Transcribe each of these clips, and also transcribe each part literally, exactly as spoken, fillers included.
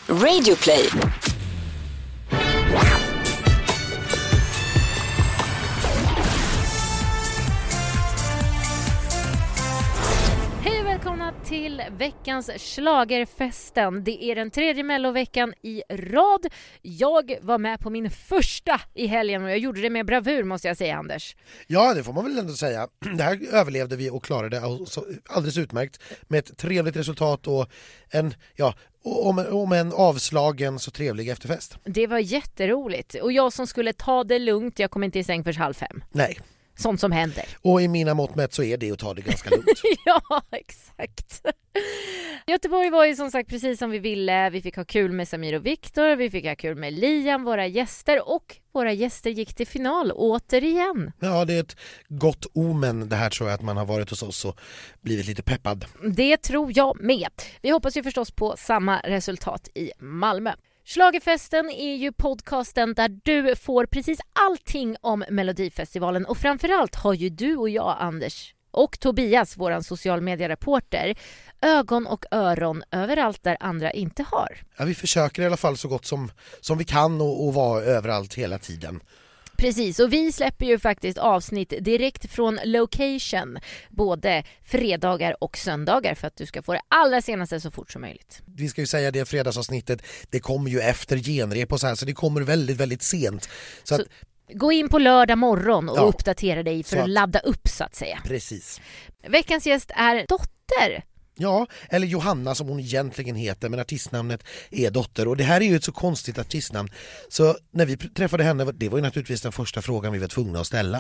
Radioplay. Hej och välkomna till veckans schlagerfesten. Det är den tredje melloveckan i rad. Jag var med på min första i helgen och jag gjorde det med bravur, måste jag säga, Anders. Ja, det får man väl ändå säga. Det här överlevde vi och klarade alldeles utmärkt med ett trevligt resultat och en, ja, om, om en avslagen så trevlig efterfest. Det var jätteroligt. Och jag som skulle ta det lugnt, jag kom inte i säng förrän halv fem. Nej. Sånt som händer. Och i mina mått mätt så är det att ta det ganska lugnt. Ja, exakt. Göteborg var ju som sagt precis som vi ville. Vi fick ha kul med Samir och Viktor. Vi fick ha kul med Liam, våra gäster. Och våra gäster gick till final återigen. Ja, det är ett gott omen det här, tror jag, att man har varit hos oss och blivit lite peppad. Det tror jag med. Vi hoppas ju förstås på samma resultat i Malmö. Schlagerfesten är ju podcasten där du får precis allting om Melodifestivalen. Och framförallt har ju du och jag, Anders, och Tobias, våran socialmediereporter, ögon och öron överallt där andra inte har. Ja, vi försöker i alla fall så gott som, som vi kan och, och vara överallt hela tiden. Precis, och vi släpper ju faktiskt avsnitt direkt från location både fredagar och söndagar för att du ska få det allra senaste så fort som möjligt. Vi ska ju säga det, fredagsavsnittet, det kommer ju efter genrep och så här, så det kommer väldigt, väldigt sent. Så, så att, gå in på lördag morgon och ja, uppdatera dig för att, att ladda upp, så att säga. Precis. Veckans gäst är Dotter. Ja, eller Johanna som hon egentligen heter, men artistnamnet är Dotter. Och det här är ju ett så konstigt artistnamn. Så när vi träffade henne, det var ju naturligtvis den första frågan vi var tvungna att ställa.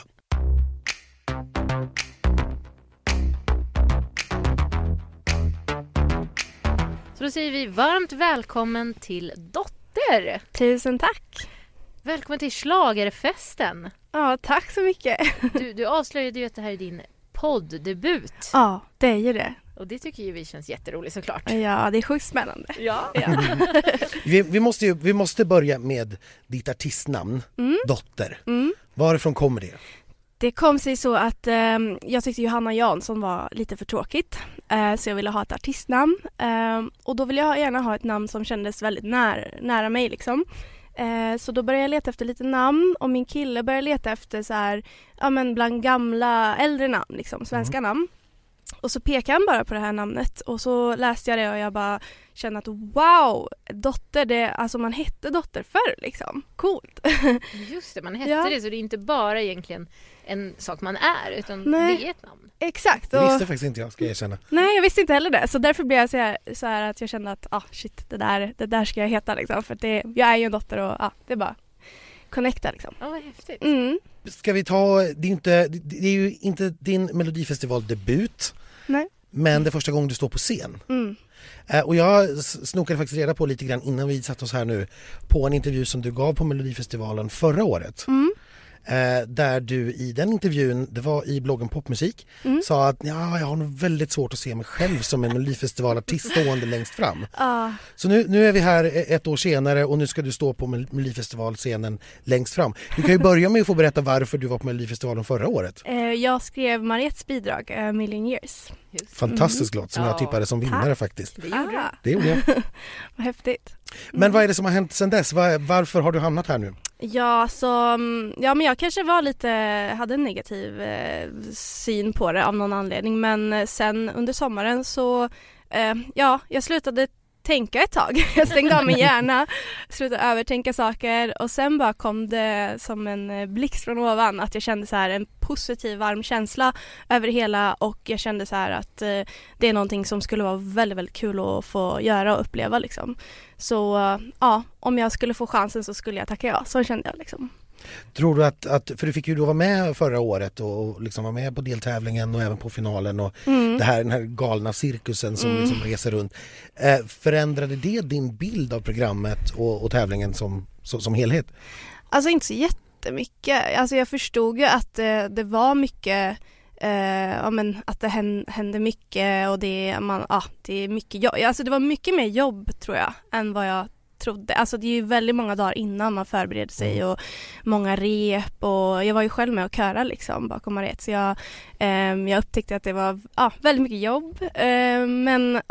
Så då säger vi varmt välkommen till Dotter. Tusen tack. Välkommen till schlagerfesten. Ja, tack så mycket. Du, du avslöjade ju att det här är din podddebut. Ja, det är ju det. Och det tycker ju vi känns jätteroligt, såklart. Ja, det är sjukt spännande. Ja. ja. vi, vi, måste ju, vi måste börja med ditt artistnamn, mm. Dotter. Mm. Varifrån kommer det? Det kom sig så att eh, jag tyckte Johanna Jansson var lite för tråkigt. Eh, så jag ville ha ett artistnamn. Eh, och då ville jag gärna ha ett namn som kändes väldigt när, nära mig liksom. Eh, så då började jag leta efter lite namn och min kille började leta efter så här, ja men bland gamla äldre namn liksom, svenska mm. namn. Och så pekade han bara på det här namnet och så läste jag det och jag bara kände att wow, Dotter, det, alltså man hette Dotter förr liksom, coolt. Just det, man hette ja. det, så det är inte bara egentligen en sak man är, utan Nej. det är ett namn. Exakt. Det visste faktiskt inte jag, ska jag erkänna. Nej, jag visste inte heller det, så därför blev jag så här, så här att jag kände att ah shit, det där, det där ska jag heta liksom, för det, jag är ju en dotter och ah, det är bara connecta liksom. Ja, vad häftigt. Mm. Ska vi ta, det är, inte, det är ju inte din Melodifestival-debut. Nej. Men det är första gången du står på scen. Mm. Eh, och jag snokade faktiskt reda på lite grann innan vi satt oss här nu på en intervju som du gav på Melodifestivalen förra året. Mm. Eh, där du i den intervjun, det var i bloggen Popmusik, mm. sa att ja, jag har nog väldigt svårt att se mig själv som en Melodifestivalartist stående längst fram. Ah. Så nu, nu är vi här ett år senare och nu ska du stå på Melodifestivalscenen längst fram. Du kan ju börja med att få berätta varför du var på Melodifestivalen förra året. Eh, jag skrev Mariettes bidrag, uh, Million Years. Just. Fantastisk mm. låt som ja, jag tippade som vinnare tack. faktiskt. Det gjorde, ah. det gjorde jag. Vad häftigt. Mm. Men vad är det som har hänt sedan dess? Var, varför har du hamnat här nu? Ja, så, ja, men jag kanske var lite, hade en negativ eh, syn på det av någon anledning. Men sen under sommaren så, eh, ja, jag slutade tänka ett tag. Jag stängde av min hjärna, slutade övertänka saker och sen bara kom det som en blixt från ovan att jag kände så här en positiv varm känsla över det hela och jag kände så här att eh, det är någonting som skulle vara väldigt, väldigt kul att få göra och uppleva liksom. Så eh, ja, om jag skulle få chansen så skulle jag tacka ja, så kände jag liksom. Tror du att, att, för du fick ju då vara med förra året och liksom vara med på deltävlingen och även på finalen och mm. det här, den här galna cirkusen som mm. liksom reser runt. Eh, förändrade det din bild av programmet och, och tävlingen som, som, som helhet? Alltså inte så jättemycket. Alltså jag förstod ju att det, det var mycket, eh, ja, men att det hände mycket och det, man, ja, det är mycket jobb. Alltså det var mycket mer jobb tror jag än vad jag trodde. Alltså det är ju väldigt många dagar innan man förbereder sig och många rep och jag var ju själv med och köra liksom bakom Mariette så jag, eh, jag upptäckte att det var ja, väldigt mycket jobb eh, men ja,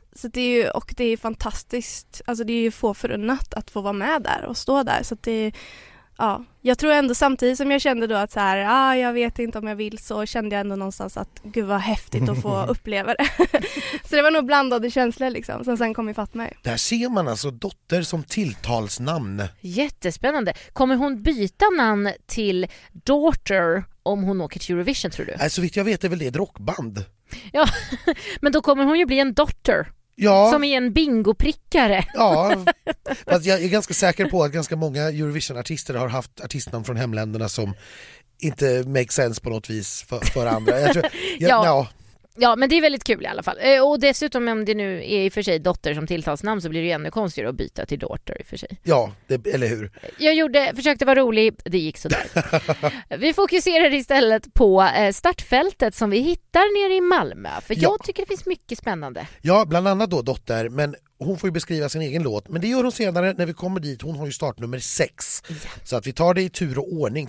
så det är ju, och det är fantastiskt, alltså det är ju få förunnat att få vara med där och stå där, så att det, ja, jag tror ändå samtidigt som jag kände då att så här, ah, jag vet inte om jag vill, så kände jag ändå någonstans att gud vad häftigt att få uppleva det. Så det var nog blandade känslor liksom, som sen kom ifatt mig. Där ser man alltså Dotter som tilltalsnamn. Jättespännande. Kommer hon byta namn till Daughter om hon åker till Eurovision, tror du? Nej, så vitt jag vet är väl det ett rockband. Ja, men då kommer hon ju bli en Dotter. Ja. Som är en bingoprickare. Ja, fast jag är ganska säker på att ganska många Eurovision-artister har haft artistnamn från hemländerna som inte make sense på något vis för, för andra. Jag tror, jag, ja. ja. Ja, men det är väldigt kul i alla fall. Eh, och dessutom om det nu är i för sig Dotter som tilltalsnamn, så blir det ju ännu konstigare att byta till Daughter i för sig. Ja, det, eller hur? Jag gjorde, försökte vara rolig, det gick sådär. Vi fokuserar istället på eh, startfältet som vi hittar nere i Malmö. För Ja. jag tycker det finns mycket spännande. Ja, bland annat då Dotter, men hon får ju beskriva sin egen låt. Men det gör hon senare när vi kommer dit. Hon har ju startnummer sex. Ja. Så att vi tar det i tur och ordning.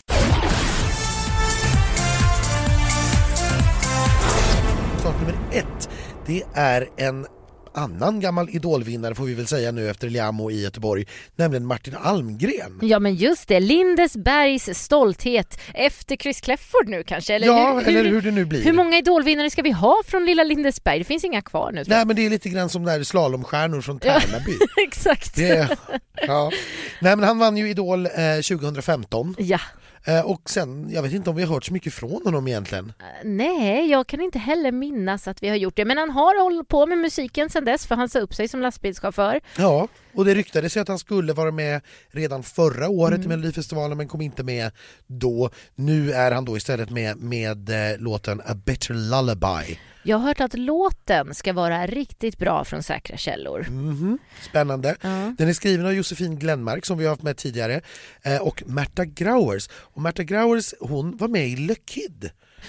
Startnummer ett, det är en annan gammal idolvinnare får vi väl säga nu efter Liamo i Göteborg, nämligen Martin Almgren. Ja, men just det, Lindesbergs stolthet efter Chris Clefford nu kanske, eller Ja, hur, eller hur det nu blir. Hur många idolvinnare ska vi ha från lilla Lindesberg? Det finns inga kvar nu. Nej, men det är lite grann som där slalomstjärnor från Tärnaby. Exakt. Det, ja. Nej, men han vann ju Idol eh, tjugohundrafemton. Ja. Eh, och sen, jag vet inte om vi har hört så mycket från honom egentligen. Nej, jag kan inte heller minnas att vi har gjort det. Men han har hållit på med musiken sedan dess, för han sa upp sig som lastbilschaufför. Ja, och det ryktades att han skulle vara med redan förra året Mm. i Melodifestivalen, men kom inte med då. Nu är han då istället med med eh, låten A Better Lullaby. Jag har hört att låten ska vara riktigt bra från säkra källor. Mhm. Spännande. Ja. Den är skriven av Josefin Glenmark som vi har haft med tidigare eh, och Märta Grauers. Och Märta Grauers, hon var med i Le Kid.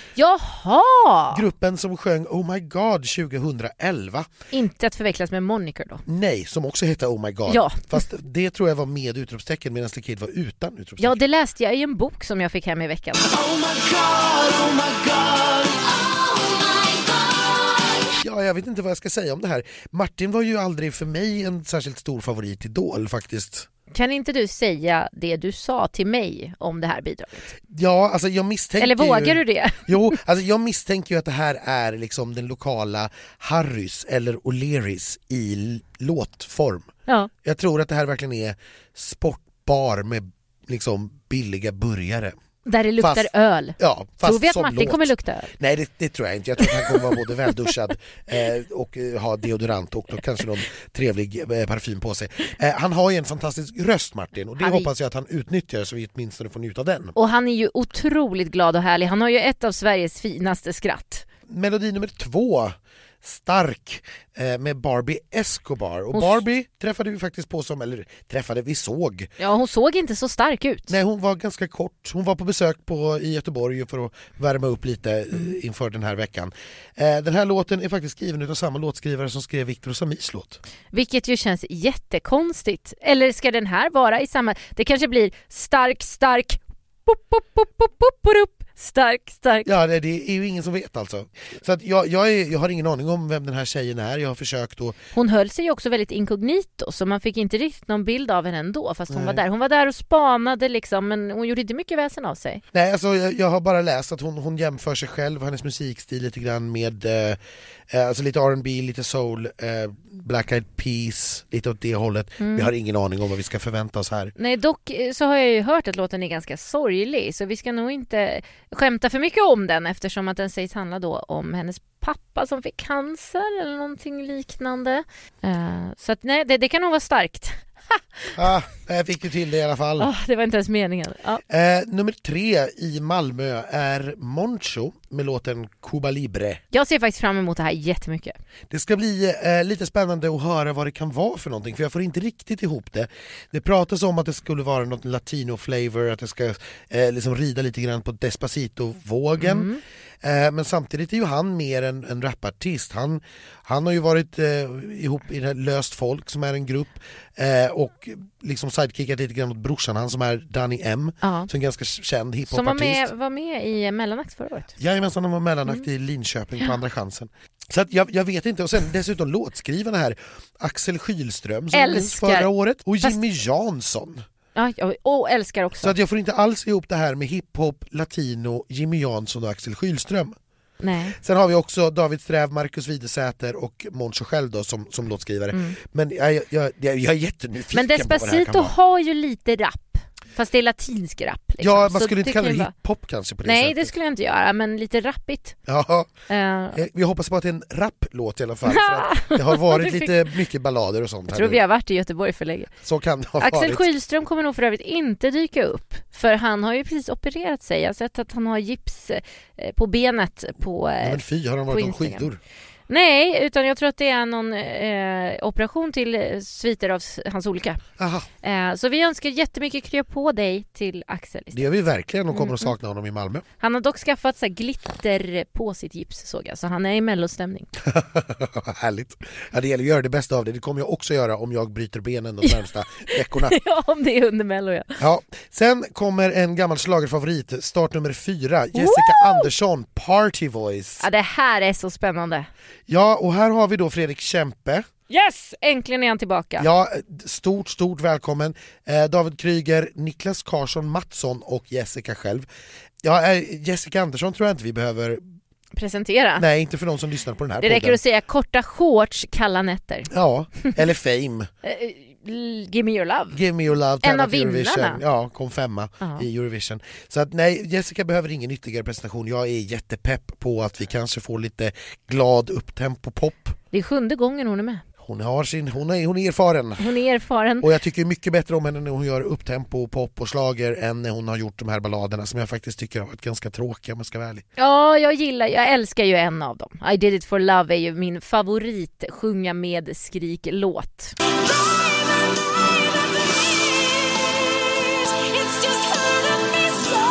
Jaha! Gruppen som sjöng Oh My God tjugohundraelva. Inte att förväxlas med Moniker då. Nej, som också heter Oh My God. Ja. Fast det tror jag var med utropstecken medan Le Kid var utan utropstecken. Ja, det läste jag i en bok som jag fick hem i veckan. Oh my God, oh my God, oh my God. Ja, jag vet inte vad jag ska säga om det här. Martin var ju aldrig för mig en särskilt stor favorit Idol faktiskt. Kan inte du säga det du sa till mig om det här bidraget? Ja, alltså jag misstänker Eller vågar ju... du det? Jo, alltså jag misstänker ju att det här är liksom den lokala Harrys eller O'Learys i l- låtform. Ja. Jag tror att det här verkligen är sportbar med liksom billiga burgare. Där det luktar Fast- öl. Ja, fast Tror vi att som Martin låt. kommer lukta öl? Nej, det, det tror jag inte. Jag tror att han kommer vara både välduschad eh, och eh, ha deodorant och då kanske någon trevlig eh, parfym på sig. Eh, han har ju en fantastisk röst, Martin, och det Han är- hoppas jag att han utnyttjar så vi åtminstone får njuta av den. Och han är ju otroligt glad och härlig. Han har ju ett av Sveriges finaste skratt. Melodi nummer två, Stark, eh, med Barbie Escobar. Och Hon- Barbie träffade vi faktiskt på som, eller träffade, vi såg. Ja, hon såg inte så stark ut. Nej, hon var ganska kort. Hon var på besök på, i Göteborg för att värma upp lite Mm. eh, inför den här veckan. Eh, den här låten är faktiskt skriven av samma låtskrivare som skrev Victor och Samirs låt. Vilket ju känns jättekonstigt. Eller ska den här vara i samma... Det kanske blir stark, stark... Pop, pop, pop, pop, pop, pop, pop. Stark, stark. Ja, det, det är ju ingen som vet alltså. Så att jag, jag, är, jag har ingen aning om vem den här tjejen är. Jag har försökt att... Hon höll sig ju också väldigt inkognito, så man fick inte riktigt någon bild av henne ändå, fast hon Nej. var där. Hon var där och spanade liksom, men hon gjorde inte mycket väsen av sig. Nej, alltså jag, jag har bara läst att hon, hon jämför sig själv och hennes musikstil lite grann med eh, eh, alltså lite R and B, lite soul, eh, Black Eyed Peas, lite åt det hållet. Mm. Vi har ingen aning om vad vi ska förvänta oss här. Nej, dock eh, så har jag ju hört att låten är ganska sorglig, så vi ska nog inte skämta för mycket om den, eftersom att den sägs handla då om hennes pappa som fick cancer eller någonting liknande. Eh, så att nej, det, det kan nog vara starkt. Ah, jag fick ju till det i alla fall. Oh, det var inte ens meningen. Ja. Eh, nummer tre i Malmö är Moncho med låten Cuba Libre. Jag ser faktiskt fram emot det här jättemycket. Det ska bli eh, lite spännande att höra vad det kan vara för någonting, för jag får inte riktigt ihop det. Det pratas om att det skulle vara något latino-flavor, att det ska eh, liksom rida lite grann på Despacito-vågen. Mm. Eh, men samtidigt är ju han mer en, en rapartist. Han, han har ju varit eh, ihop i det här Löst Folk som är en grupp eh, och liksom sidekickat lite grann mot brorsan han som är Danny M, Ja. som är ganska känd Som var hiphopartist. med, var med i Mellanakt förra året. Jajamensan, han var mellanakt Mm. i Linköping på Andra chansen. Så att jag, jag vet inte. Och sen dessutom låtskrivarna här. Axel Kylström som Älskar. förra året. Och Fast- Jimmy Jansson. Ja, jag och älskar också. Så att jag får inte alls ihop det här med hiphop, latino, Jimmy Jansson och Axel Kylström. Nej. Sen har vi också David Sträv, Marcus Widesäter och Moncho själv då som, som låtskrivare. Mm. Men jag, jag, jag, jag är jättenyfiken Men på vad det här kan Despacito vara. har ju lite rap. Fast det är latinsk rap. Liksom. Ja, man Så skulle inte det kalla kan det ju vara- hiphop kanske på det Nej, sättet. det skulle jag inte göra, men lite rappigt. Ja, Eh, eh, vi hoppas på att det är en rapplåt i alla fall. För att det har varit lite mycket ballader och sånt jag här tror nu. vi har varit i Göteborg för länge. Så kan det ha Axel varit. Kylström kommer nog för övrigt inte dyka upp. För han har ju precis opererat sig. Jag har sett att han har gips eh, på benet på... Ja, Eh, men fy, har de på varit om Instagram. skidor? nej, utan jag tror att det är någon eh, operation till eh, sviter av s- hans olika. Aha, Eh, så vi önskar jättemycket krya på dig till Axel. det gör vi verkligen och kommer Mm, att sakna honom i Malmö. Han har dock skaffat så här glitter på sitt gips, såg jag. Så han är i mellostämning. Härligt. Ja, det gäller att göra det bästa av det. Det kommer jag också göra om jag bryter benen de närmsta veckorna. Ja, om det är under mello, ja. Ja. Sen kommer en gammal schlagerfavorit, start nummer fyra, Jessica Andersson, Party Voice. Ja, det här är så spännande. Ja, och här har vi då Fredrik Kempe. Yes! Äntligen är han tillbaka. Ja, stort, stort välkommen. Eh, David Kryger, Niklas Karlsson, Mattsson och Jessica själv. Ja, eh, Jessica Andersson tror jag inte vi behöver... Presentera. Nej, inte för någon som lyssnar på den här Det podden. räcker att säga korta shorts, kalla nätter. Ja, eller Fame. Eh, Give me your love. Give me your love, En tävlat av i Eurovision. vinnarna. Ja, kom femma Ja. i Eurovision. Så att nej, Jessica behöver ingen ytterligare presentation. Jag är jättepepp på att vi kanske får lite glad upptempo pop. Det är sjunde gången hon är med. Hon har sin, hon är, hon är erfaren. Hon är erfaren. Och jag tycker mycket bättre om henne när hon gör upptempo, pop och slager än när hon har gjort de här balladerna som jag faktiskt tycker har varit ganska tråkiga om jag ska vara ärlig. Ja, jag gillar, jag älskar ju en av dem. I did it for love är ju min favorit sjunga med skrik-låt. It's just hurting me so.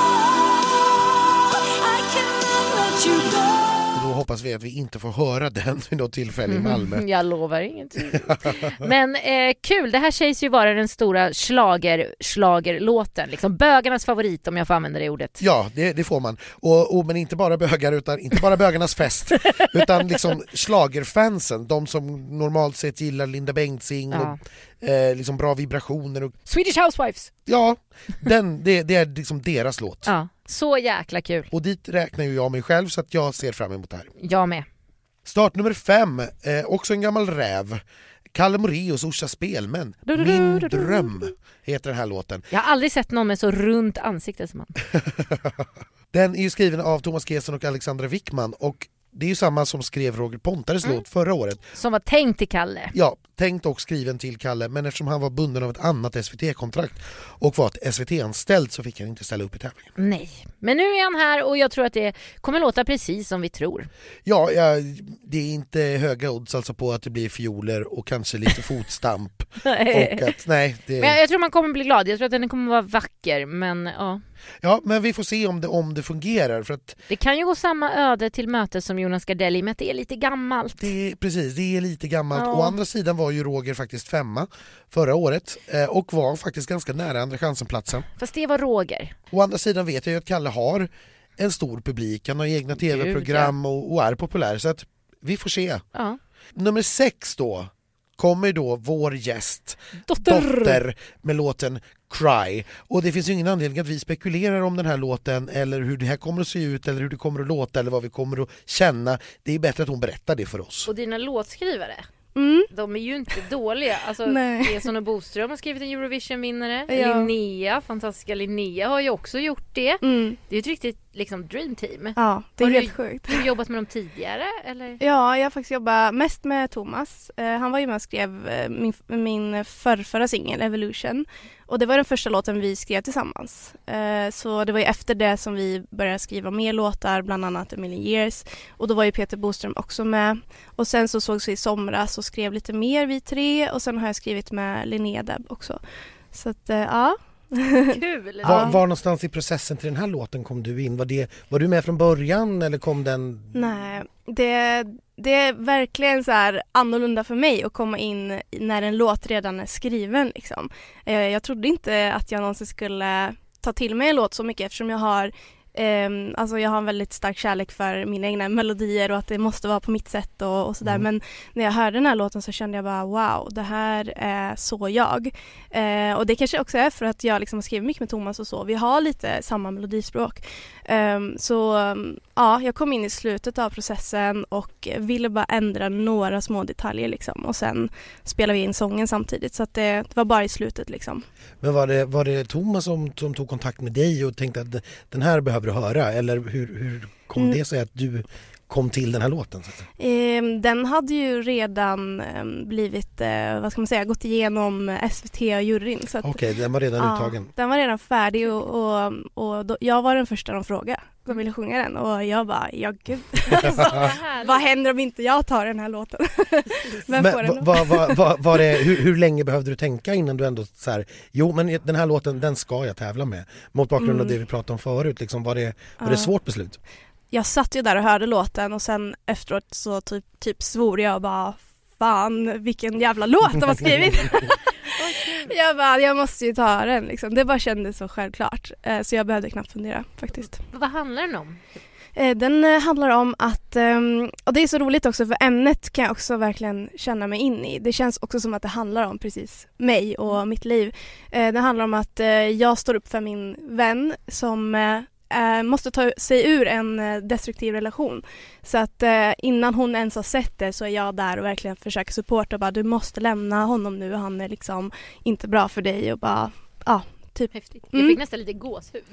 I cannot let you go. Och då hoppas vi att vi inte får höra den vid något tillfälle i Malmö. Jag lovar ingenting. Men eh, kul, det här sägs ju vara den stora slager, slagerlåten. Liksom bögarnas favorit, om jag får använda det ordet. Ja, det, det får man. Och, och, men inte bara bögar, utan inte bara bögarnas fest, utan liksom schlagerfansen, de som normalt sett gillar Linda Bengtzing Ja. och eh, liksom bra vibrationer. Och, Swedish Housewives. ja, den, det, det är liksom deras låt. Ja, så jäkla kul. Och dit räknar ju jag mig själv så att jag ser fram emot det här. Jag med. Start nummer fem, eh, också en gammal räv. Kalle Moraeus, Orsa Spelmän. Du, du, du, Min du, du. dröm heter den här låten. Jag har aldrig sett någon med så runt ansikte som han. Den är ju skriven av Thomas Gesson och Alexandra Wickman och det är ju samma som skrev Roger Pontares Mm. låt förra året. Som var tänkt till Kalle. Ja, tänkt och skriven till Kalle, men eftersom han var bunden av ett annat S V T-kontrakt och var ett S V T-anställd så fick han inte ställa upp i tävlingen. Nej, men nu är han här och jag tror att det kommer låta precis som vi tror. Ja, ja, det är inte höga odds alltså på att det blir fioler och kanske lite fotstamp. och att, nej, det... Men jag, jag tror man kommer bli glad. Jag tror att den kommer vara vacker, men ja. Ja, men vi får se om det, om det fungerar för att Det kan ju gå samma öde till möte som Jonas Gardell, men det är lite gammalt. det, precis, det är lite gammalt. Ja. Å andra sidan var ju Roger faktiskt femma förra året eh, och var faktiskt ganska nära andra chansen-platsen. Fast det var Roger. Å andra sidan vet jag ju att Kalle har en stor publik, han har egna tv-program och, och är populär så att vi får se. Ja. Nummer sex då kommer då vår gäst Dotter. Dotter med låten Cry. Och det finns ju ingen anledning att vi spekulerar om den här låten eller hur det här kommer att se ut eller hur det kommer att låta eller vad vi kommer att känna. Det är bättre att hon berättar det för oss. Och dina låtskrivare, Mm. de är ju inte dåliga. Alltså, Nej. Eson och Boström har skrivit en Eurovision-vinnare. Ja. Linnea, fantastiska Linnea har ju också gjort det. Mm. Det är ett riktigt liksom, dream team. Ja, det är Har helt du- sjukt. Har du jobbat med dem tidigare? Eller? Ja, jag har faktiskt jobbat mest med Thomas. Eh, han var ju med och skrev eh, min, min förrförra singel, Evolution. Och det var den första låten vi skrev tillsammans. Eh, så det var ju efter det som vi började skriva mer låtar, bland annat A Million Years. Och då var ju Peter Boström också med. Och sen så sågs vi i somras och skrev lite mer, vi tre. Och sen har jag skrivit med Linnea Deb också. Så att, eh, ja. Kul! Var, var någonstans i processen till den här låten kom du in? Var, det, var du med från början eller kom den... Nej, det, det är verkligen så här annorlunda för mig att komma in när en låt redan är skriven. Liksom. Eh, Jag trodde inte att jag någonsin skulle ta till mig en låt så mycket eftersom jag har Um, alltså jag har en väldigt stark kärlek för mina egna melodier och att det måste vara på mitt sätt och, och sådär. Mm. Men när jag hörde den här låten så kände jag bara wow, det här är så jag. Uh, och det kanske också är för att jag liksom har skrivit mycket med Thomas och så. Vi har lite samma melodispråk. Um, så um, ja, jag kom in i slutet av processen och ville bara ändra några små detaljer liksom. Och sen spelade vi in sången samtidigt. Så att det, det var bara i slutet liksom. Men var det, var det Thomas som, som tog kontakt med dig och tänkte att den här behöver du höra? Eller hur, hur kom mm. det sig att du kom till den här låten? Så att eh, den hade ju redan eh, blivit, eh, vad ska man säga, gått igenom S V T-juryn. Okej, okay, den var redan ja, uttagen. Den var redan färdig och, och, och då, jag var den första de frågade. De ville sjunga den och jag bara, ja gud. alltså, vad händer om inte jag tar den här låten? men men va, va, va, va, var det, hur, hur länge behövde du tänka innan du ändå så här, jo men den här låten, den ska jag tävla med. Mot bakgrund mm. av det vi pratade om förut, liksom, var det, var ja. det svårt beslut? Jag satt ju där och hörde låten och sen efteråt så typ, typ svor jag bara, fan vilken jävla låt de har skrivit. Jag bara, jag måste ju ta den liksom. Det bara kändes så självklart. Eh, så jag behövde knappt fundera faktiskt. Vad handlar den om? Eh, den eh, handlar om att, eh, och det är så roligt också för ämnet kan jag också verkligen känna mig in i. Det känns också som att det handlar om precis mig och mitt liv. Eh, det handlar om att eh, jag står upp för min vän som eh, Uh, måste ta sig ur en uh, destruktiv relation. Så att uh, innan hon ens har sett det så är jag där och verkligen försöker supporta och bara, du måste lämna honom nu, han är liksom inte bra för dig och bara, ja, uh, typ. Häftigt. Jag fick mm. nästan lite gåshud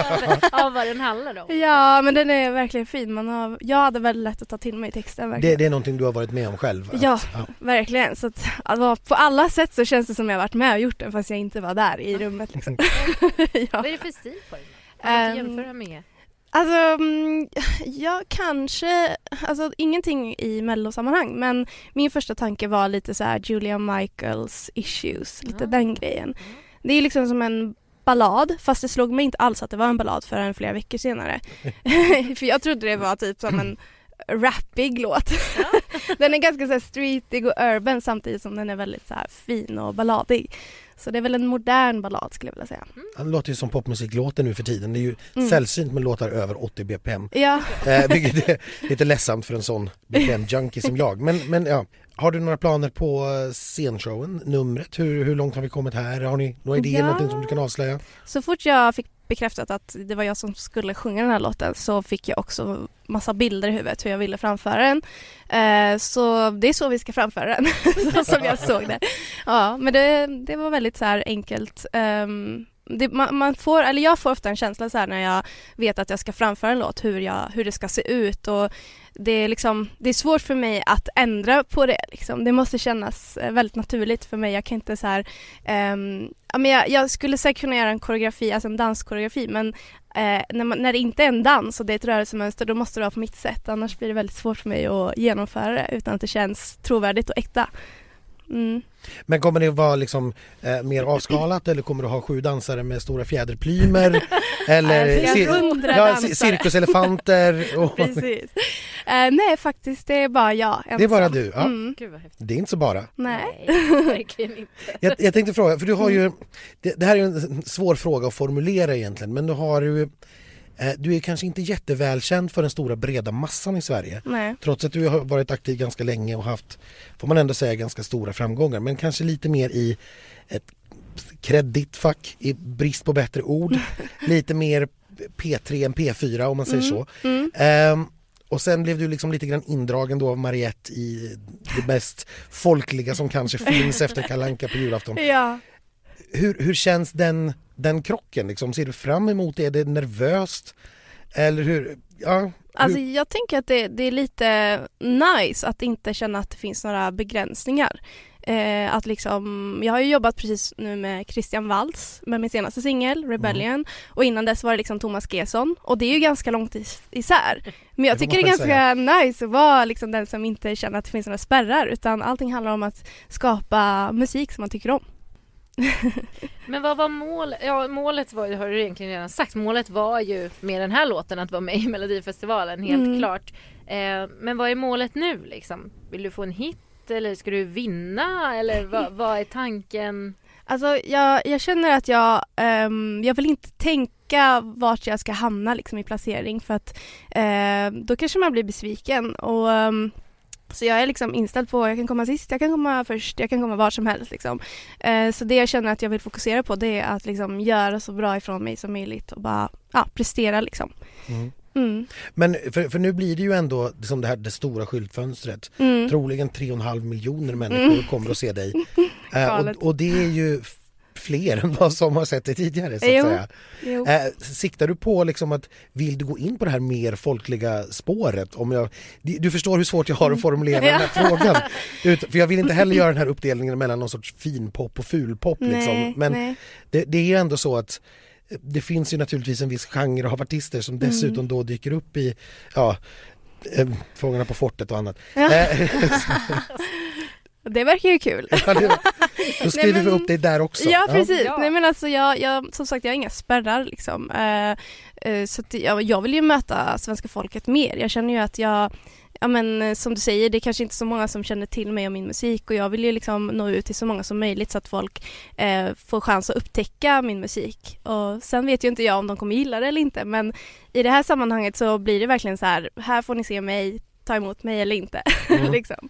av vad den handlar om. Ja, men den är verkligen fin. Man har, jag hade väldigt lätt att ta till mig texten. Det, det är någonting du har varit med om själv? Att, ja, ja, verkligen. Så att, alltså, på alla sätt så känns det som jag har varit med och gjort den fast jag inte var där i rummet. Liksom. Ja. Vad är det för stil på den? Kan du jämföra med? Alltså, ja, kanske, alltså ingenting i mellosammanhang, men min första tanke var lite så här Julia Michaels Issues, lite ah. den grejen. Mm. Det är liksom som en ballad, fast det slog mig inte alls att det var en ballad förrän flera veckor senare. För jag trodde det var typ som en rappig låt. Ja. Den är ganska så här streetig och urban samtidigt som den är väldigt så här fin och balladig. Så det är väl en modern ballad skulle jag vilja säga. Mm. Den låter ju som popmusik låter nu för tiden. Det är ju mm. sällsynt med låtar över åttio B P M. Ja. Eh, vilket är lite ledsamt för en sån B P M-junkie som jag. Men, men ja, har du några planer på scenshowen, numret? Hur, hur långt har vi kommit här? Har ni några idéer, ja. någonting som du kan avslöja? Så fort jag fick bekräftat att det var jag som skulle sjunga den här låten så fick jag också massa bilder i huvudet hur jag ville framföra den. Eh, så det är så vi ska framföra den, så som jag såg det. Ja, men det, det var väldigt så här enkelt. Um, det, man, man får, eller jag får ofta en känsla så här när jag vet att jag ska framföra en låt hur, jag, hur det ska se ut och det är, liksom, det är svårt för mig att ändra på det. Liksom. Det måste kännas väldigt naturligt för mig. Jag kan inte så här... Um, ja, men jag, jag skulle säkert kunna göra en koreografi, alltså en danskoreografi, men uh, när, man, när det inte är en dans och det är ett rörelsemönster, då måste det vara på mitt sätt. Annars blir det väldigt svårt för mig att genomföra det utan att det känns trovärdigt och äkta. Mm. Men kommer det vara liksom eh, mer avskalat eller kommer du ha sju dansare med stora fjäderplymer eller cir- ja, cirkuselefanter och... Precis. Uh, nej, faktiskt det är bara jag ensam. Det är bara du, ja. Mm. Gud, vad häftigt. Det är inte så bara. Nej, nej verkligen inte. Jag, jag tänkte fråga, för du har ju det, det här är ju en svår fråga att formulera egentligen, men du har ju du är kanske inte jättevälkänd för den stora breda massan i Sverige. Nej. Trots att du har varit aktiv ganska länge och haft, får man ändå säga, ganska stora framgångar. Men kanske lite mer i ett kreditfack, i brist på bättre ord. Lite mer P tre än P fyra om man säger mm. så. Mm. Um, och sen blev du liksom lite grann indragen då av Mariette i det mest folkliga som kanske finns efter Kalle Anka på julafton. Ja. Hur, hur känns den, den krocken? Liksom? Ser du fram emot det? Är det nervöst? Eller hur? Ja, hur? Alltså jag tänker att det, det är lite nice att inte känna att det finns några begränsningar. Eh, att liksom, jag har ju jobbat precis nu med Christian Waltz med min senaste singel, Rebellion. Mm. Och innan dess var det liksom Thomas Gesson. Och det är ju ganska långt is- isär. Men jag det tycker det är ganska säga. nice att vara liksom den som inte känner att det finns några spärrar. Utan allting handlar om att skapa musik som man tycker om. Men vad var mål? Ja, målet var ju, har du egentligen redan sagt, målet var ju med den här låten att vara med i Melodifestivalen, helt mm. klart. Eh, men vad är målet nu liksom? Vill du få en hit eller ska du vinna? Eller vad, vad är tanken? Alltså jag, jag känner att jag, um, jag vill inte tänka tänka vart jag ska hamna liksom, i placering för att eh, då kanske man blir besviken och um, så jag är liksom inställd på att jag kan komma sist, jag kan komma först, jag kan komma var som helst. Liksom. Eh, så det jag känner att jag vill fokusera på det är att liksom, göra så bra ifrån mig som möjligt och bara ja, prestera. Liksom. Mm. Mm. Men för, för nu blir det ju ändå som det här det stora skyltfönstret. Mm. Troligen tre och en halv miljoner människor mm. kommer att se dig. Eh, och, och det är ju fler än vad som har sett det tidigare så att jo. säga. Jo. Eh, siktar du på liksom att vill du gå in på det här mer folkliga spåret? Om jag, du förstår hur svårt jag har att formulera ja. den här frågan. Ut, för jag vill inte heller göra den här uppdelningen mellan någon sorts finpop och fulpop. Nej, liksom. Men nej. Det, det är ju ändå så att det finns ju naturligtvis en viss genre av artister som dessutom mm. då dyker upp i ja, äh, Fångarna på fortet och annat. Ja. Det verkar ju kul. Ja, det, då skriver Nej, men, vi upp det där också. Ja, precis. Ja. Nej, men alltså, jag, jag, som sagt, jag har inga spärrar. Liksom. Uh, uh, så att jag, jag vill ju möta svenska folket mer. Jag känner ju att jag, ja, men, som du säger, det är kanske inte så många som känner till mig och min musik. Och jag vill ju liksom nå ut till så många som möjligt så att folk uh, får chans att upptäcka min musik. Och sen vet ju inte jag om de kommer gilla det eller inte. Men i det här sammanhanget så blir det verkligen så här, här får ni se mig, ta emot mig eller inte. Mm. liksom.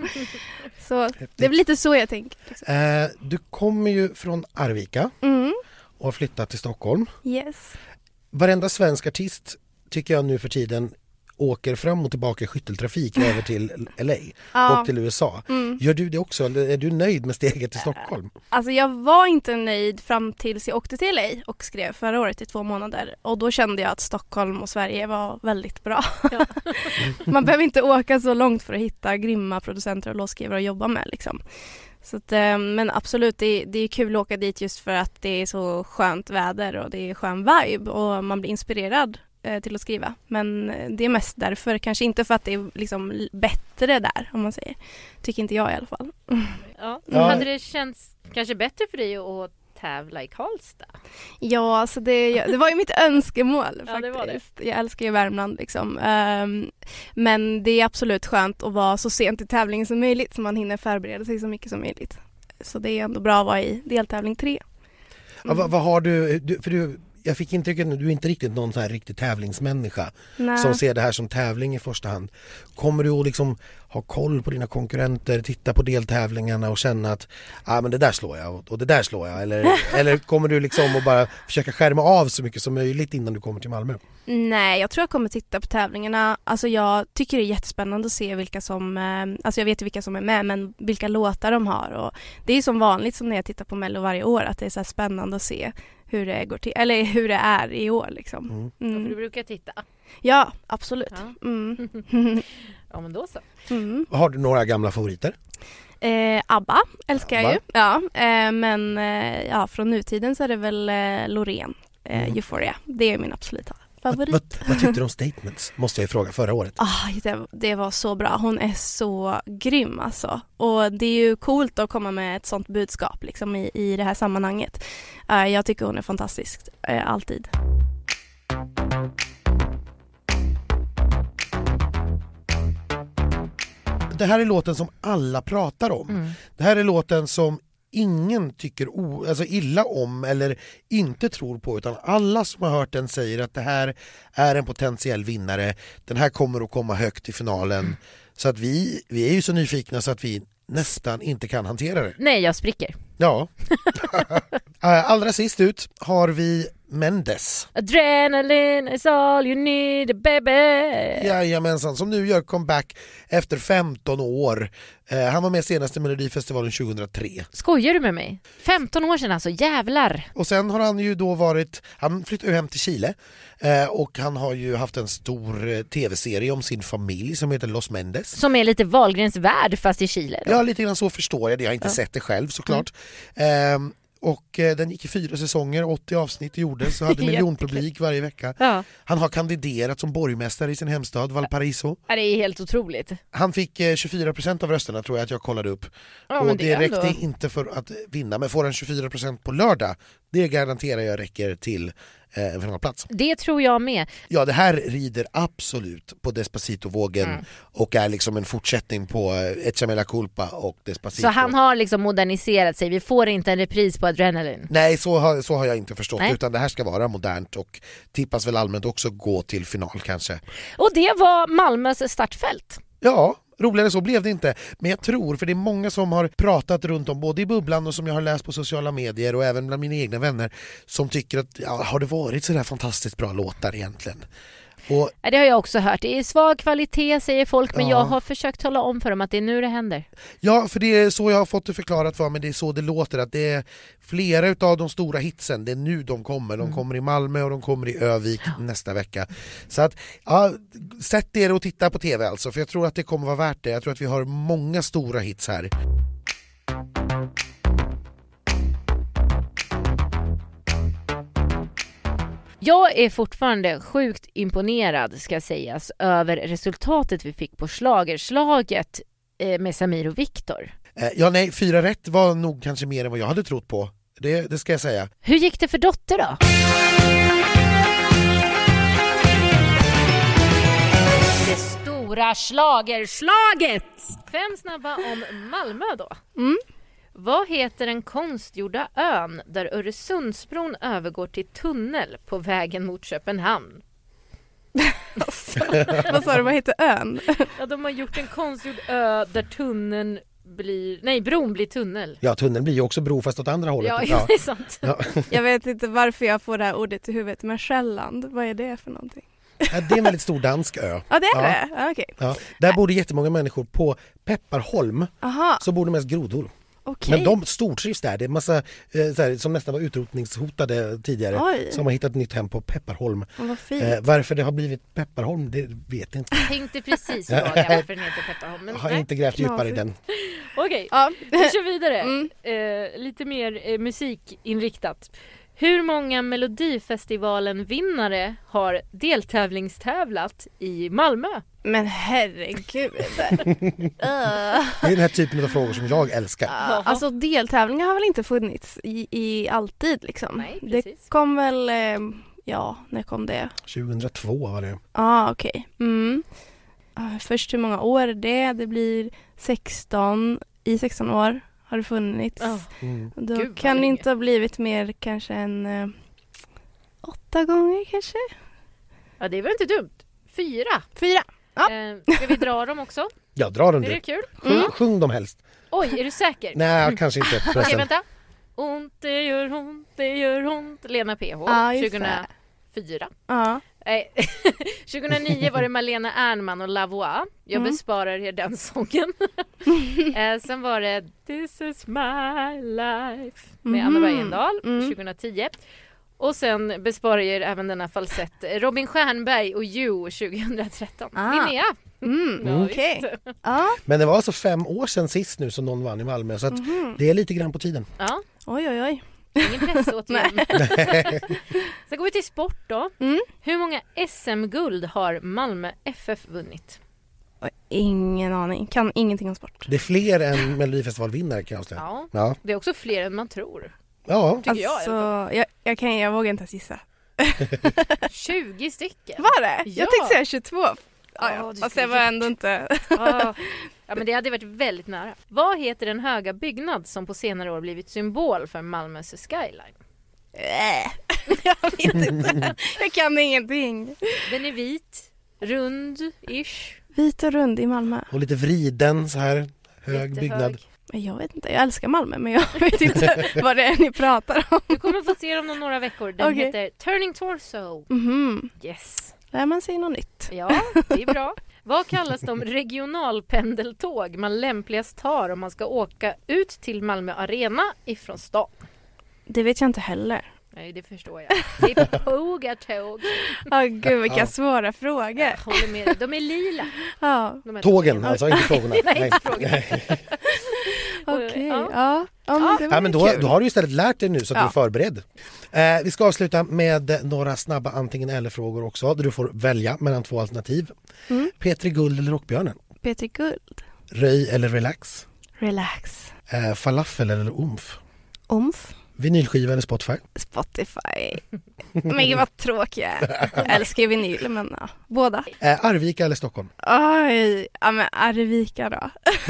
Så det är lite så jag tänker. Liksom. Eh, du kommer ju från Arvika mm. och har flyttat till Stockholm. Yes. Varenda svensk artist tycker jag nu för tiden åker fram och tillbaka i skytteltrafik över till L A ja. och till U S A. Mm. Gör du det också? Eller är du nöjd med steget till Stockholm? Alltså jag var inte nöjd fram tills jag åkte till L A och skrev förra året i två månader. Och då kände jag att Stockholm och Sverige var väldigt bra. Ja. Man behöver inte åka så långt för att hitta grymma producenter och låtskrivare att jobba med. Liksom. Så att, men absolut, det är, det är kul att åka dit just för att det är så skönt väder och det är skön vibe och man blir inspirerad till att skriva. Men det är mest därför, kanske inte för att det är liksom bättre där, om man säger. Tycker inte jag i alla fall. Ja. Ja. Hade det känts kanske bättre för dig att tävla i Karlstad? Ja, alltså det, det var ju mitt önskemål ja, faktiskt. Det var det. Jag älskar ju Värmland liksom. Um, men det är absolut skönt att vara så sent i tävlingen som möjligt så man hinner förbereda sig så mycket som möjligt. Så det är ändå bra att vara i deltävling tre. Mm. Ja, vad, vad har du, du för du jag fick intrycket att du är inte riktigt någon så här riktig tävlingsmänniska. Nej. Som ser det här som tävling i första hand. Kommer du att liksom ha koll på dina konkurrenter, titta på deltävlingarna och känna att ah, men det där slår jag och, och det där slår jag? Eller, eller kommer du liksom att bara försöka skärma av så mycket som möjligt innan du kommer till Malmö? Nej, jag tror jag kommer titta på tävlingarna. Alltså jag tycker det är jättespännande att se vilka som, alltså jag vet vilka som är med, men vilka låtar de har. Och det är som vanligt som när jag tittar på Mello varje år, att det är så här spännande att se hur det går till, eller hur det är i år liksom. Mm. Mm. Ja, för du brukar titta. Ja, absolut. Ja, mm. ja men då så. Mm. Har du några gamla favoriter? Eh, Abba älskar Abba. jag ju. Ja, eh, men eh, ja, från nutiden så är det väl eh, Loreen, eh, mm. Euphoria. Det är min absoluta favorit. Vad, vad, vad tyckte du om Statements? Måste jag fråga, förra året. Ah, det, det var så bra. Hon är så grym alltså. Och det är ju coolt att komma med ett sånt budskap liksom, i, i det här sammanhanget. Uh, jag tycker hon är fantastisk. Uh, alltid. Det här är låten som alla pratar om. Mm. Det här är låten som ingen tycker o, alltså illa om eller inte tror på, utan alla som har hört den säger att det här är en potentiell vinnare. Den här kommer att komma högt i finalen. Mm. Så att vi, vi är ju så nyfikna så att vi nästan inte kan hantera det. Nej, jag spricker. Ja. Allra sist ut har vi Mendes. Adrenaline is all you need, baby. Jajamensan, som nu gör comeback efter femton år. Eh, han var med senast i Melodifestivalen tjugohundratre. Skojar du med mig? femton år sedan alltså, jävlar. Och sen har han ju då varit, han flyttade ju hem till Chile eh, och han har ju haft en stor eh, tv-serie om sin familj som heter Los Mendes. Som är lite Wahlgrens värld fast i Chile då. Ja, lite grann så förstår jag det. Jag har inte ja. sett det själv såklart. Mm. Eh, Och eh, den gick i fyra säsonger, åttio avsnitt gjordes och hade miljonpublik varje vecka. Ja. Han har kandiderat som borgmästare i sin hemstad, Valparaiso. Ja, det är helt otroligt. Han fick eh, tjugofyra procent av rösterna tror jag att jag kollade upp. Ja, och det, det räckte ändå inte för att vinna, men får han tjugofyra procent på lördag, det garanterar jag räcker till eh, en finalplats. Det tror jag med. Ja, det här rider absolut på Despacito-vågen mm. och är liksom en fortsättning på Échame la culpa och Despacito. Så han har liksom moderniserat sig. Vi får inte en repris på Adrenaline. Nej, så har, så har jag inte förstått. Nej. Utan det här ska vara modernt och tippas väl allmänt också gå till final kanske. Och det var Malmös startfält. Ja, roligare så blev det inte. Men jag tror, för det är många som har pratat runt om, både i bubblan och som jag har läst på sociala medier och även bland mina egna vänner, som tycker att ja, har det varit så där fantastiskt bra låtar egentligen? Och, ja, det har jag också hört. Det är svag kvalitet säger folk, men ja. jag har försökt tala om för dem att det är nu det händer. Ja, för det är så jag har fått det förklarat för mig, det är så det låter, att det är flera av de stora hitsen, det är nu de kommer. De mm. kommer i Malmö och de kommer i Övik ja. nästa vecka. Så att, ja, sätt er och titta på tv alltså, för jag tror att det kommer vara värt det. Jag tror att vi har många stora hits här. Jag är fortfarande sjukt imponerad, ska sägas, över resultatet vi fick på Schlagerslaget med Samir och Viktor. Ja, nej, fyra rätt var nog kanske mer än vad jag hade trott på. Det, det ska jag säga. Hur gick det för Dotter då? Det stora schlagerslaget! Fem snabba om Malmö då. Mm. Vad heter den konstgjorda ön där Öresundsbron övergår till tunnel på vägen mot Köpenhamn? Alltså, vad sa du, vad heter ön? Ja, de har gjort en konstgjord ö där tunneln blir... Nej, bron blir tunnel. Ja, tunneln blir ju också bro fast åt andra hållet. Ja, ja. Det är sant. Ja. Jag vet inte varför jag får det här ordet i huvudet, men Själland, vad är det för någonting? Ja, det är en väldigt stor dansk ö. Ja, det är ja. det? Ja, okay. Ja. Där bor det jättemånga människor. På Pepparholm Aha. så bor det mest grodor. Okay. Men de stortrivs där. Det är en massa eh, så här, som nästan var utrotningshotade tidigare. Oj. Som har hittat ett nytt hem på Pepparholm. Vad fint. Eh, varför det har blivit Pepparholm, det vet jag inte. Jag tänkte precis fråga varför den heter Pepparholm. Men jag har nej. inte grävt djupare i den. Okej, ja. vi kör vidare. Mm. Eh, lite mer eh, musikinriktat. Hur många Melodifestivalen-vinnare har deltävlingstävlat i Malmö? Men herregud. uh. Det är den här typen av frågor som jag älskar. Uh, alltså deltävlingar har väl inte funnits i, i alltid liksom. Nej, det kom väl, eh, ja, när kom det? tjugohundratvå var det. Ja, ah, okej. Okay. Mm. Uh, först hur många år är det? Det blir sexton, i sexton år har det funnits. Oh. Mm. Då Gud, kan det inte ha blivit mer kanske än eh, åtta gånger kanske. Ja, det var inte dumt. Fyra. Fyra. Ja. Eh, ska vi dra dem också? Jag drar dem Är det du. kul? Sjung, Mm. sjung dem helst. Oj, är du säker? Nej, kanske inte. Okej, Förresten. vänta. Ont, det gör ont, det gör ont. Lena P H, Ja, just det. tjugohundrafyra. Ja. Nej, tjugohundranio var det Malena Ernman och Lavoie. Jag Mm. besparar er den sången. eh, sen var det This is my life med Mhm. Anna Bergendahl, Mm. tjugohundratio. Och sen besparar jag er även denna falsett. Robin Stjernberg och You tjugohundratretton. Ah. Linnea. Mm. Ja, Okej. visst. Ja. Men det var alltså fem år sedan sist nu som någon vann i Malmö. Så att Mhm. det är lite grann på tiden. Ja, Oj, oj, oj. ingen press återigen. Sen går vi till sport då. Mm. Hur många S M-guld har Malmö F F vunnit? Oj, ingen aning. Kan ingenting om sport. Det är fler än Melodifestivalvinnare kan jag säga. Ja, Ja. det är också fler än man tror. Ja. Tycker jag i Alltså, alla fall. jag, jag, kan, jag vågar inte ens gissa. tjugo stycken. Var det? Ja. Jag tänkte säga tjugotvå. Ja, Ja, ja. du Fast skulle jag var ändå inte... Ah. Ja, men det hade varit väldigt nära. Vad heter den höga byggnad som på senare år blivit symbol för Malmös skyline? Äh. Jag vet inte. Jag kan ingenting. Den är vit, rund-ish. Vit och rund i Malmö. Och lite vriden så här. Hög Jättehög. byggnad. Jag vet inte, jag älskar Malmö men jag vet inte vad det är ni pratar om. Du kommer få se dem om några veckor. Den Okej. heter Turning Torso. Mhm. Yes. Lär man sig något nytt. Ja, det är bra. Vad kallas de regionalpendeltåg man lämpligast tar om man ska åka ut till Malmö Arena ifrån stan? Det vet jag inte heller. Nej, det förstår jag. Det är pågatåg. Åh gud, vilka Ja. svåra frågor. Jag håller med dig. De är lila. Ja, De här Tågen, alltså inte frågorna. Nej, inte frågorna. okej. Ja. Ja. Ja, men det var Ja, men ju då, kul. då har du istället lärt dig nu så att Ja. du är förberedd. Eh, vi ska avsluta med några snabba antingen eller frågor också. Där du får välja mellan två alternativ. Mm. Petri Guld eller Rockbjörnen? Peter Guld. Röj eller relax? Relax. Eh, falafel eller umf? Omf. Vinylskiva eller Spotify? Spotify. Men gud vad tråkigt jag är. Jag älskar vinyl, men ja, båda. Eh, Arvika eller Stockholm? Oj, ja men Arvika då.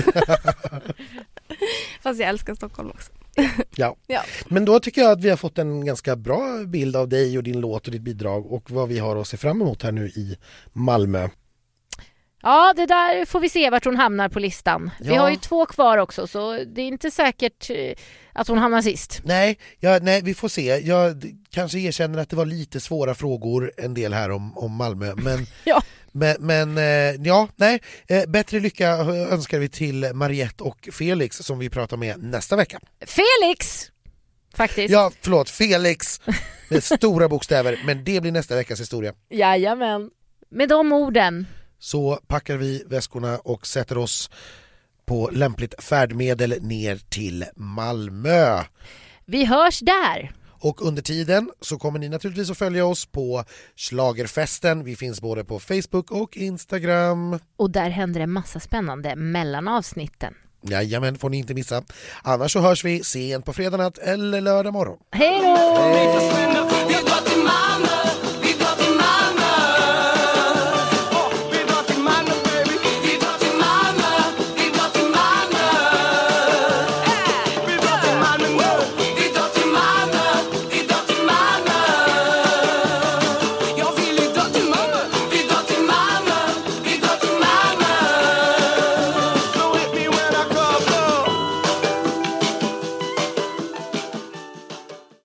Fast jag älskar Stockholm också. Ja. Ja. Men då tycker jag att vi har fått en ganska bra bild av dig och din låt och ditt bidrag och vad vi har att se fram emot här nu i Malmö. Ja, det där får vi se vart hon hamnar på listan. Ja. Vi har ju två kvar också, så det är inte säkert eh, att hon hamnar sist. Nej, ja, nej, vi får se. Jag d- kanske erkänner att det var lite svåra frågor en del här om, om Malmö. Men, Ja. men, men eh, ja, nej. Eh, bättre lycka önskar vi till Mariette och Felix som vi pratar med nästa vecka. Felix! Faktiskt. Ja, förlåt, Felix med stora bokstäver, men det blir nästa veckas historia. Jajamän. Med de orden. Så packar vi väskorna och sätter oss på lämpligt färdmedel ner till Malmö. Vi hörs där. Och under tiden så kommer ni naturligtvis att följa oss på Schlagerfesten. Vi finns både på Facebook och Instagram. Och där händer det massa spännande mellan avsnitten. Jajamän, får ni inte missa. Annars så hörs vi sent på fredag natt eller lördag morgon. Hej då! Hej.